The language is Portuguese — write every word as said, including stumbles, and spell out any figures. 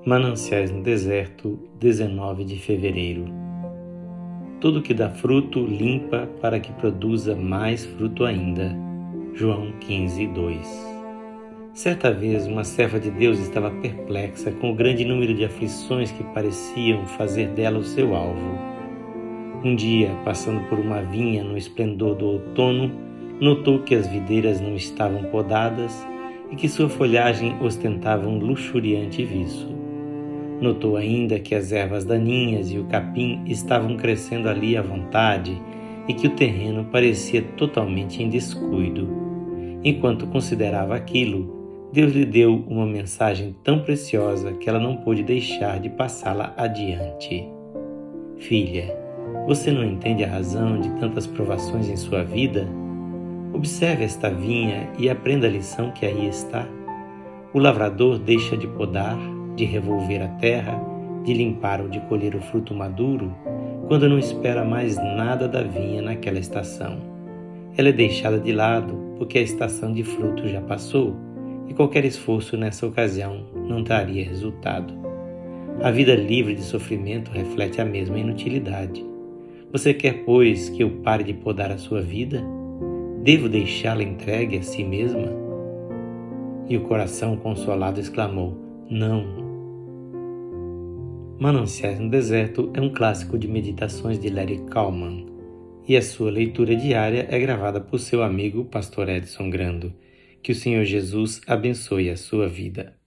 Mananciais no deserto, dezenove de fevereiro. Tudo que dá fruto limpa para que produza mais fruto ainda. João quinze, dois. Certa vez uma serva de Deus estava perplexa com o grande número de aflições que pareciam fazer dela o seu alvo. Um dia, passando por uma vinha no esplendor do outono, notou que as videiras não estavam podadas e que sua folhagem ostentava um luxuriante viço. Notou ainda que as ervas daninhas e o capim estavam crescendo ali à vontade e que o terreno parecia totalmente em descuido. Enquanto considerava aquilo, Deus lhe deu uma mensagem tão preciosa que ela não pôde deixar de passá-la adiante. Filha, você não entende a razão de tantas provações em sua vida? Observe esta vinha e aprenda a lição que aí está. O lavrador deixa de podar, de revolver a terra, de limpar ou de colher o fruto maduro, quando não espera mais nada da vinha naquela estação. Ela é deixada de lado porque a estação de fruto já passou e qualquer esforço nessa ocasião não traria resultado. A vida livre de sofrimento reflete a mesma inutilidade. Você quer, pois, que eu pare de podar a sua vida? Devo deixá-la entregue a si mesma? E o coração consolado exclamou: não. Mananciais no Deserto é um clássico de meditações de Larry Kalman e a sua leitura diária é gravada por seu amigo Pastor Edson Grando. Que o Senhor Jesus abençoe a sua vida.